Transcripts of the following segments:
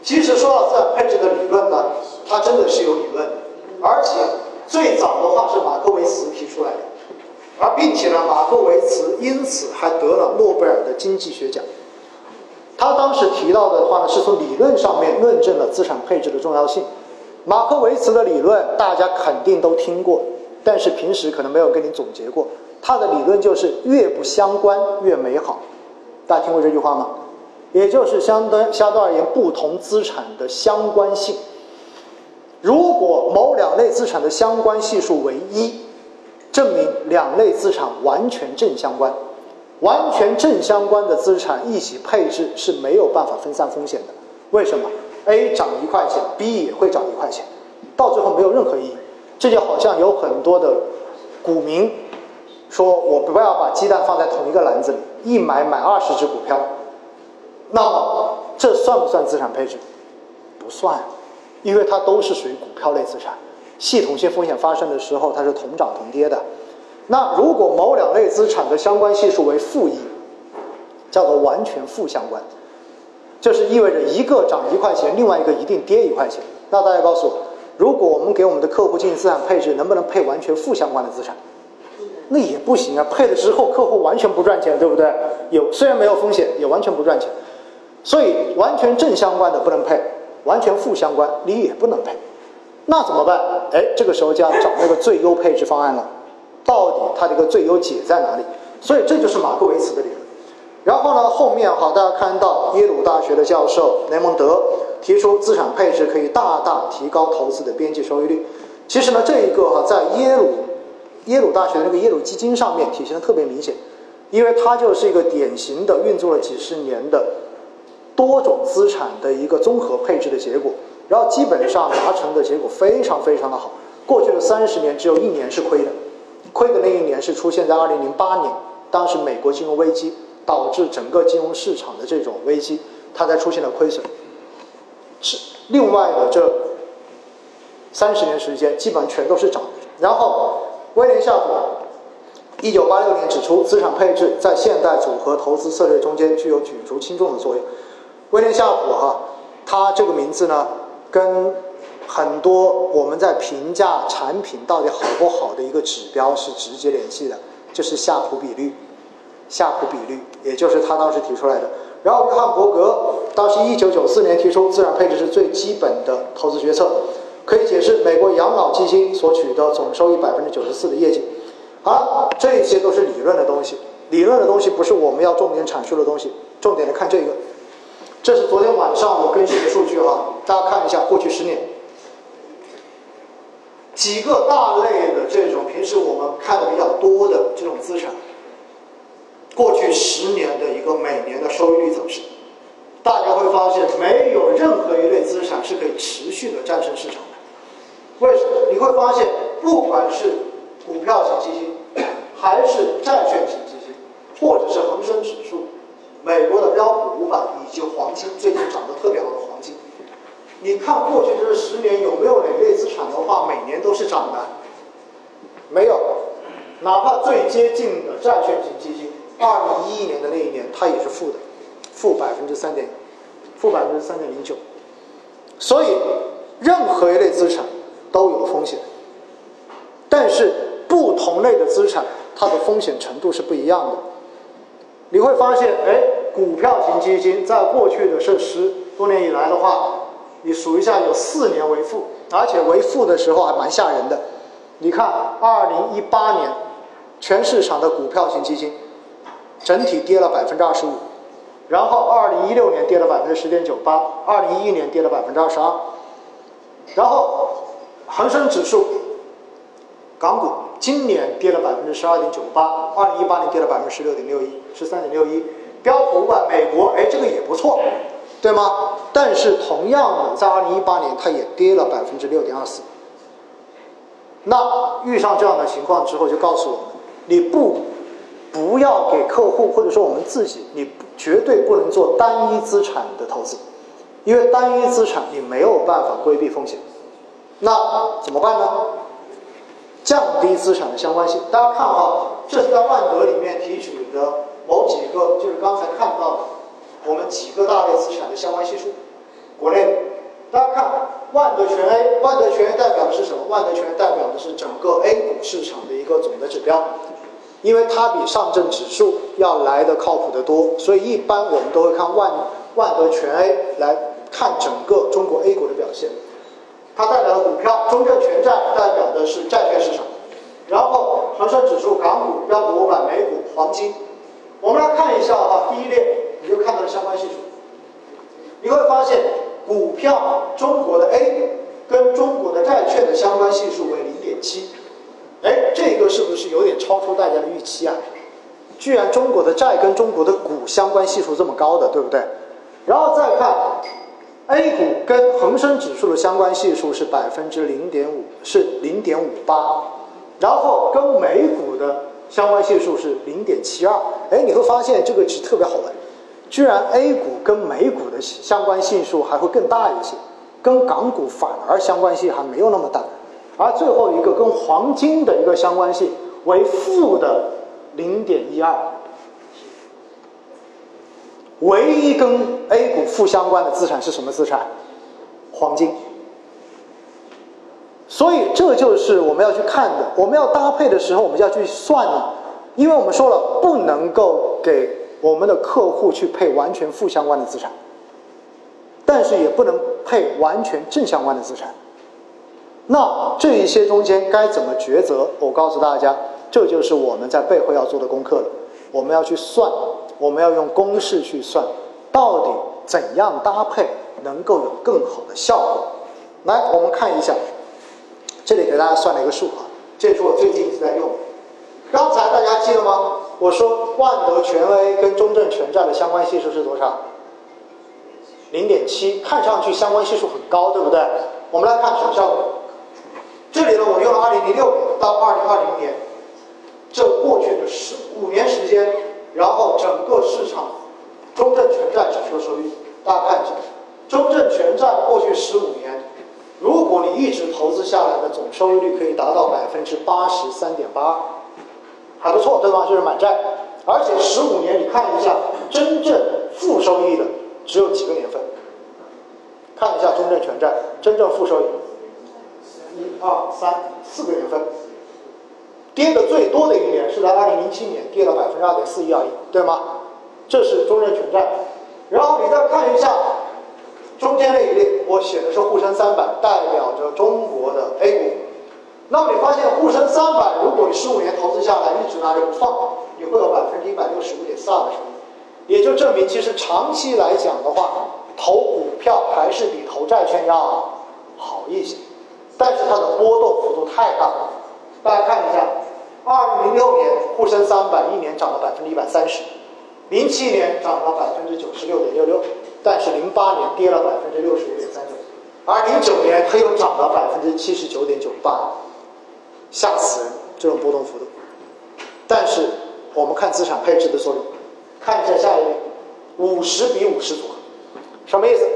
其实说到资产配置的理论呢，它真的是有理论的，而且最早的话是马克维茨提出来的，而并且呢，马克维茨因此还得了诺贝尔的经济学奖。他当时提到的话呢，是从理论上面论证了资产配置的重要性。马克维茨的理论大家肯定都听过，但是平时可能没有跟你总结过。他的理论就是越不相关越美好，大家听过这句话吗？也就是相对而言，不同资产的相关性。如果某两类资产的相关系数为1，证明两类资产完全正相关。完全正相关的资产一起配置是没有办法分散风险的。为什么 ？A 涨1块钱 ，B 也会涨1块钱，到最后没有任何意义。这就好像有很多的股民说，我不要把鸡蛋放在同一个篮子里，一买20只股票，那么这算不算资产配置？不算，因为它都是属于股票类资产，系统性风险发生的时候，它是同涨同跌的。那如果某两类资产的相关系数为-1，叫做完全负相关，就是意味着一个涨1块钱，另外一个一定跌1块钱。那大家告诉我，如果我们给我们的客户进行资产配置，能不能配完全负相关的资产？那也不行啊，配了之后客户完全不赚钱，对不对？虽然没有风险，也完全不赚钱。所以完全正相关的不能配，完全负相关你也不能配。那怎么办？这个时候就要找那个最优配置方案了。到底它的一个最优解在哪里？所以这就是马克维茨的理论。然后呢，后面大家看到耶鲁大学的教授雷蒙德提出资产配置可以大大提高投资的边际收益率。其实呢，这一个在耶鲁大学的那个耶鲁基金上面体现的特别明显，因为它就是一个典型的运作了几十年的多种资产的一个综合配置的结果，然后基本上达成的结果非常非常的好。过去的30年只有1年是亏的。亏的那一年是出现在2008年，当时美国金融危机导致整个金融市场的这种危机，它才出现了亏损。是另外的这30年时间，基本上全都是涨。然后威廉夏普1986年指出，资产配置在现代组合投资策略中间具有举足轻重的作用。威廉夏普他这个名字呢，跟很多我们在评价产品到底好不好的一个指标是直接联系的，就是夏普比率。夏普比率也就是他当时提出来的。然后约翰伯格当时1994年提出，资产配置是最基本的投资决策，可以解释美国养老基金所取得总收益94%的业绩。好，这些都是理论的东西，理论的东西不是我们要重点阐述的东西。重点的看这个，这是昨天晚上我更新的数据大家看一下过去10年。几个大类的这种平时我们看的比较多的这种资产，过去10年的一个每年的收益率走势，大家会发现没有任何一类资产是可以持续的战胜市场的。为什么？你会发现不管是股票型基金，还是债券型基金，或者是恒生指数、美国的标普500以及黄金，最近涨得特别好的黄金，你看过去这10年有没有哪类资产的话每年都是涨的？没有。哪怕最接近的债券型基金，2011年的那一年它也是负的，负3.09%。所以任何一类资产都有风险，但是不同类的资产它的风险程度是不一样的。你会发现股票型基金在过去的这10多年以来的话，你数一下有4年为负，而且为负的时候还蛮吓人的。你看2018年全市场的股票型基金整体跌了25%，然后2016年跌了10.98%，2011年跌了22%，然后恒生指数港股今年跌了12.98%，2018年跌了13.61%，标普500美国这个也不错，对吗？但是同样的，在2018年它也跌了6.24%。那遇上这样的情况之后，就告诉我们，你不要给客户或者说我们自己，你绝对不能做单一资产的投资，因为单一资产你没有办法规避风险。那怎么办呢？降低资产的相关性。大家看这是在万德里面提取的某几个，就是刚才看到的我们几个大类资产的相关系数。 国内的。大家看万德全 A， 万德全 A 代表的是什么？万德全 A 代表的是整个 A 股市场的一个总的指标，因为它比上证指数要来的靠谱得多，所以一般我们都会看万德全 A 来看整个中国 A 股的表现。它代表了股票，中证全债代表的是债券市场，然后恒生指数、港股、标普500、美股、黄金。我们来看一下第一列，你就看到了相关系数，你会发现股票中国的 A 跟中国的债券的相关系数为0.7，这个是不是有点超出大家的预期啊？居然中国的债跟中国的股相关系数这么高的，对不对？然后再看 A 股跟恒生指数的相关系数是0.5%，是0.58%，然后跟美股的相关系数是0.72%。你会发现这个值特别好玩，居然 A 股跟美股的相关系数还会更大一些，跟港股反而相关性还没有那么大。而最后一个跟黄金的一个相关性为负的0.12%。唯一跟 A 股负相关的资产是什么资产？黄金。所以这就是我们要去看的，我们要搭配的时候我们就要去算了，因为我们说了不能够给我们的客户去配完全负相关的资产，但是也不能配完全正相关的资产。那这一些中间该怎么抉择？我告诉大家，这就是我们在背后要做的功课了。我们要去算，我们要用公式去算，到底怎样搭配能够有更好的效果。来，我们看一下，这里给大家算了一个数这是我最近一直在用的。刚才大家记得吗？我说万德全 A 跟中证全债的相关系数是多少？0.7，看上去相关系数很高，对不对？我们来看什么效果。这里呢，我用了2006年到2020年，这过去的15年时间，然后整个市场中证全债指数的收益率，大家看一下，中证全债过去15年，如果你一直投资下来的总收益率可以达到83.82%，还不错，对吗？就是满债。而且15年你看一下，真正负收益的只有几个年份？看一下中证全债真正负收益，1、2、3、4个年份。跌的最多的一年是在2007年，跌了2.41%而已，对吗？这是中证全债。然后你再看一下中间那一列，我写的是沪深300，代表着中国的 A 股。那么你发现沪深300，如果你15年投资下来一直拿着不放，你会有165.42%的收益，也就证明其实长期来讲的话，投股票还是比投债券要好一些，但是它的波动幅度太大了。大家看一下，2006年沪深300一年涨了130%，07年涨了96.66%，但是08年跌了65.39%，而09年它又涨了79.98%，吓死人！这种波动幅度。但是我们看资产配置的作用，看一下下一页，50比50组合，什么意思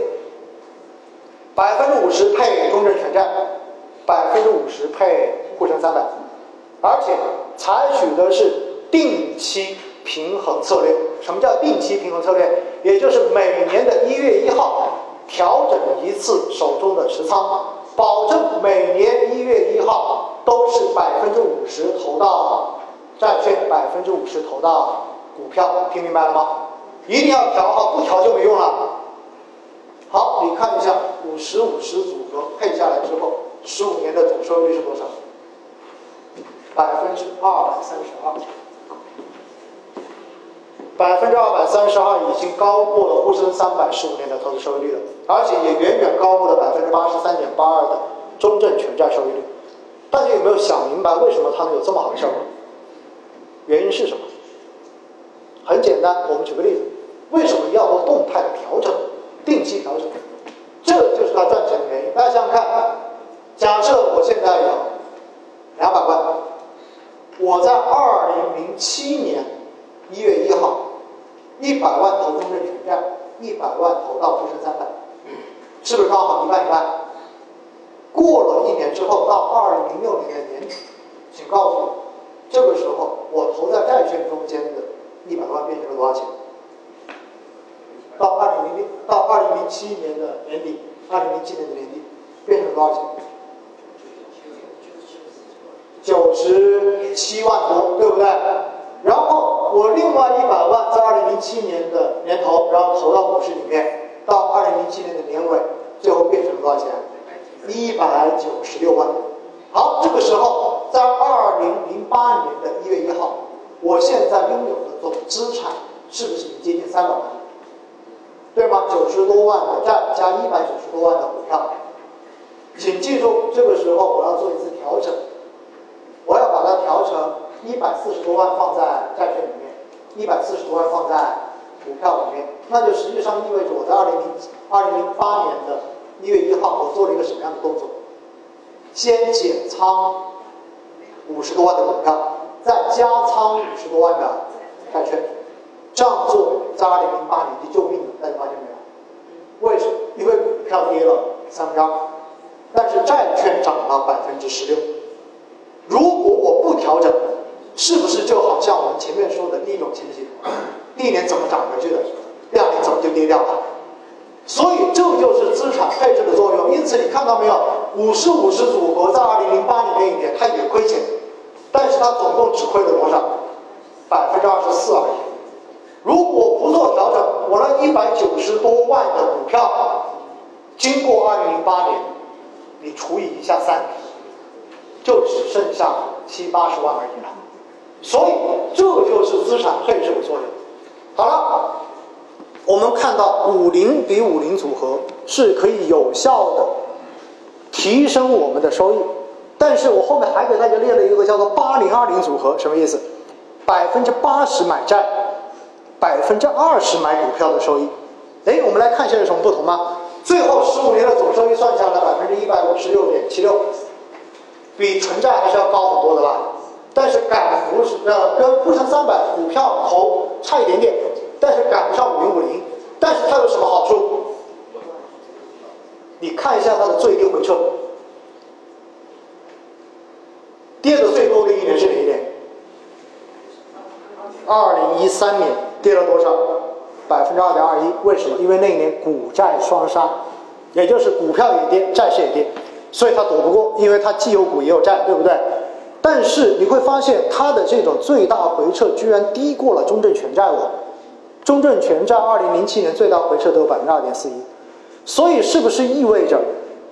？50%配中证全债，50%配沪深300，而且采取的是定期平衡策略。什么叫定期平衡策略？也就是每年的1月1号调整一次手中的持仓，保证每年1月1号都是50%投到债券，50%投到股票，听明白了吗？一定要调好，不调就没用了。好，你看一下50-50组合配下来之后，15年的总收益率是多少？232%，232%已经高过了沪深300 15年的投资收益率了，而且也远远高过了83.82%的中证全债收益率。大家有没有想明白为什么它能有这么好的效果？原因是什么？很简单，我们举个例子，为什么要做动态的调整，定期调整？这就是它赚钱的原因。大家想想看，假设我现在有200万，我在2007年1月1号100万投中证全债，100万投到沪深300，是不是刚好一半一半？过了1年之后，到2006年的年底，请告诉我，这个时候我投在债券中间的100万变成了多少钱？到2007 2007年的年底，2007年的年底变成多少钱？97万多，对不对？然后我另外100万在2007年的年头，然后投到股市里面，到2007年的年尾，最后变成多少钱？196万。好，这个时候在2008年的1月1号，我现在拥有的总资产是不是已经接近300万？对吗？90多万的债加190多万的股票，请记住，这个时候我要做一次调整，我要把它调成140多万放在债券里面，140多万放在股票里面，那就实际上意味着我在2008年的1月1号，我做了一个什么样的动作？先减仓50多万的股票，再加仓50多万的债券。这样做在2008年就救命了，大家发现没有？为什么？因为股票跌了2%，但是债券涨了16%。如果我不调整，是不是就好像我们前面说的第一种情形？第一年怎么涨回去的，第二年怎么就跌掉了？所以这就是资产配置的作用。因此你看到没有，50-50组合在2008年那一年它也亏钱，但是它总共只亏了多少？24%而已。如果不做调整，我那190多万的股票，经过2008年，你除以一下3，就只剩下70-80万而已了。所以这就是资产配置的作用。好了，我们看到50比50组合是可以有效的提升我们的收益，但是我后面还给大家列了一个叫做80-20组合，什么意思？80%买债，20%买股票的收益。我们来看一下有什么不同吗？最后15年的总收益算下来156.76%，比纯债还是要高很多的吧？但是赶幅是跟沪深300股票投差一点点，但是赶不上50-50。但是它有什么好处？你看一下它的最低回撤，跌的最多的一年是哪一年？2013年跌了多少？2.21%。为什么？因为那一年股债双杀，也就是股票也跌，债市也跌，所以它躲不过，因为它既有股也有债，对不对？但是你会发现它的这种最大回撤居然低过了中证全债哦。中证全债2007年最大回撤都有2.41%，所以是不是意味着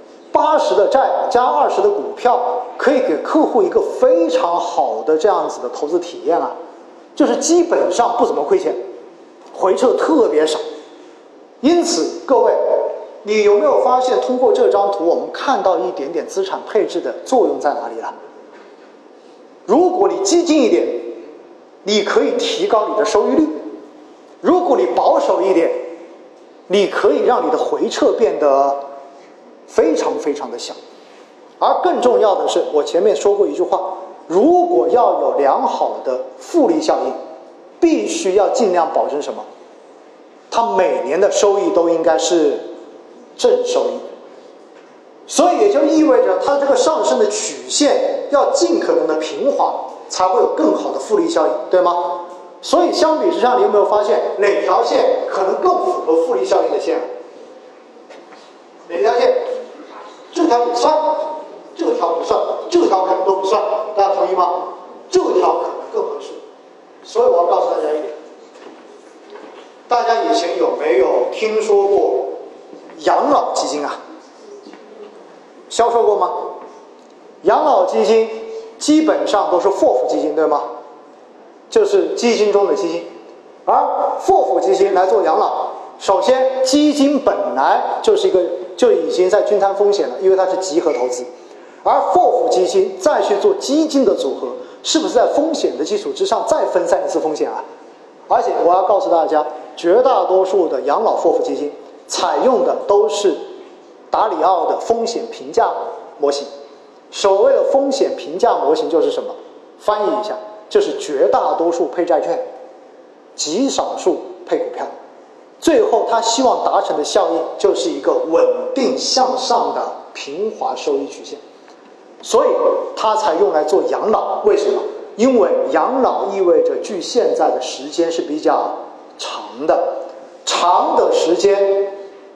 80的债加20的股票可以给客户一个非常好的这样子的投资体验啊？就是基本上不怎么亏钱，回撤特别少。因此各位，你有没有发现通过这张图我们看到一点点资产配置的作用在哪里了？如果你激进一点，你可以提高你的收益率；如果你保守一点，你可以让你的回撤变得非常非常的小。而更重要的是，我前面说过一句话，如果要有良好的复利效应，必须要尽量保证什么？它每年的收益都应该是正收益。所以也就意味着它这个上升的曲线要尽可能的平滑，才会有更好的复利效应，对吗？所以相比之下，你有没有发现哪条线可能更符合复利效应的线？哪条线？这条也算，这条不算，这条可能都不算，大家同意吗？这条可能更合适。所以我要告诉大家一点，大家以前有没有听说过养老基金啊？销售过吗？养老基金基本上都是FOF基金，对吗？就是基金中的基金。而FOF基金来做养老，首先基金本来就已经在均摊风险了，因为它是集合投资。而FOF基金再去做基金的组合，是不是在风险的基础之上再分散一次风险啊？而且我要告诉大家，绝大多数的养老FOF基金采用的都是达里奥的风险评价模型。所谓的风险评价模型就是什么？翻译一下，就是绝大多数配债券，极少数配股票，最后他希望达成的效应就是一个稳定向上的平滑收益曲线。所以它才用来做养老。为什么？因为养老意味着距现在的时间是比较长的，长的时间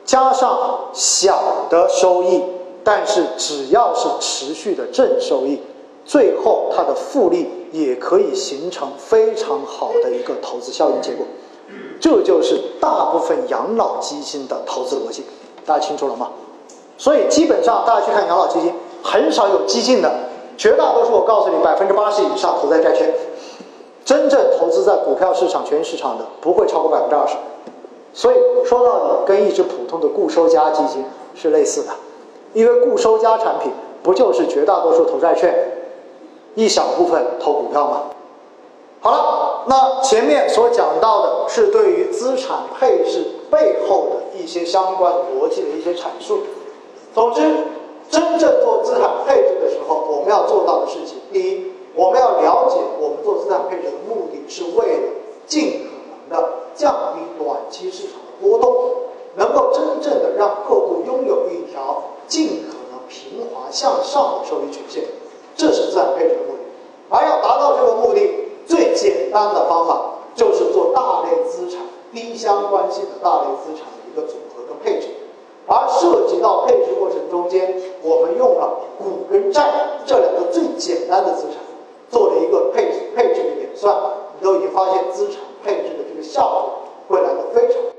加上小的收益，但是只要是持续的正收益，最后它的复利也可以形成非常好的一个投资效应结果。这就是大部分养老基金的投资逻辑，大家清楚了吗？所以基本上大家去看养老基金，很少有激进的，绝大多数我告诉你80%以上投在债券，真正投资在股票市场、权益市场的不会超过20%。所以说到底，跟一只普通的固收加基金是类似的，因为固收加产品不就是绝大多数投债券，一小部分投股票吗？好了，那前面所讲到的是对于资产配置背后的一些相关逻辑的一些阐述。总之，真正做资产配置的时候，我们要做到的事情，第一，我们要了解我们做资产配置的目的是为了尽可能的降低短期市场的波动，能够真正的让客户拥有一条尽可能平滑向上的收益曲线，这是资产配置的目的。而要达到这个目的，最简单的方法就是做大类资产、低相关性的大类资产的一个组合跟配置。而涉及到配置过程中间，我们用了股跟债这两个最简单的资产，做了一个配置的演算，你都已经发现资产配置的这个效果会来得非常